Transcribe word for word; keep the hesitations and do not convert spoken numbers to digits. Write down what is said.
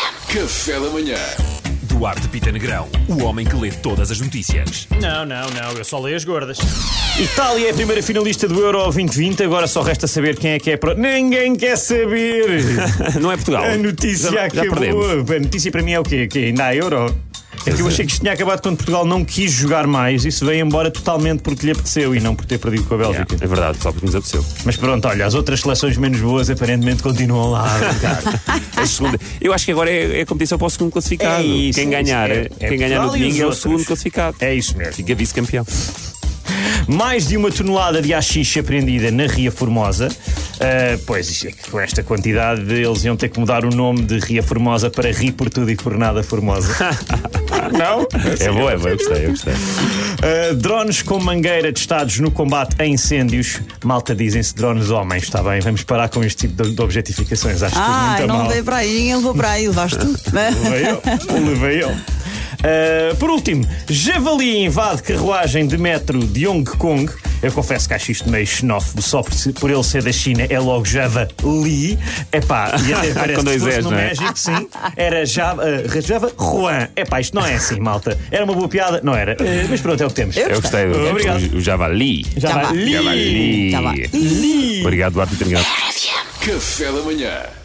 Café da manhã. Duarte Pita Negrão, o homem que lê todas as notícias. Não, não, não, eu só leio as gordas. Itália é a primeira finalista do Euro vinte vinte, agora só resta saber quem é que é pro... Ninguém quer saber! Não é Portugal. A notícia já, já acabou. perdemos. A notícia para mim é o quê? Que ainda há Euro? É que eu achei que isto tinha acabado quando Portugal não quis jogar mais. Isso veio embora totalmente porque lhe apeteceu e não por ter perdido com a Bélgica. Yeah, é verdade, só porque nos apeteceu. Mas pronto, olha, as outras seleções menos boas aparentemente continuam lá a brincar. A segunda, eu acho que agora é, é competição para o segundo classificado. É isso, quem é ganhar, isso. É- é quem ganhar no Portugal e os domingo é o outros. segundo classificado. É isso mesmo. Fica vice-campeão. Mais de uma tonelada de haxixe apreendida na Ria Formosa. Uh, pois, isto é que com esta quantidade eles iam ter que mudar o nome de Ria Formosa para Ri por tudo e por nada Formosa. Não? É boa, é boa, eu gostei, eu gostei. Uh, drones com mangueira testados no combate a incêndios. Malta, dizem-se drones homens, está bem? Vamos parar com este tipo de, de objetificações. Acho Ah, tudo muito não mal. levei para aí, ele levou para aí, levaste tu. Levei eu, levei eu. Uh, por último, javali invade carruagem de metro de Hong Kong. Eu confesso que acho isto meio xenófobo, só por, por ele ser da China é logo Java-li. Epá, e até parece Com dois que se fosse S, no não é? México, sim. Era Java, uh, Java Juan. Epá, isto não é assim, malta. Era uma boa piada? Não era. Uh, mas pronto, é o que temos. Eu Eu gostei do Obrigado. o, o Javali. Javali. Javali. Javali. Obrigado, Duarte Pita Negrão. Café da manhã.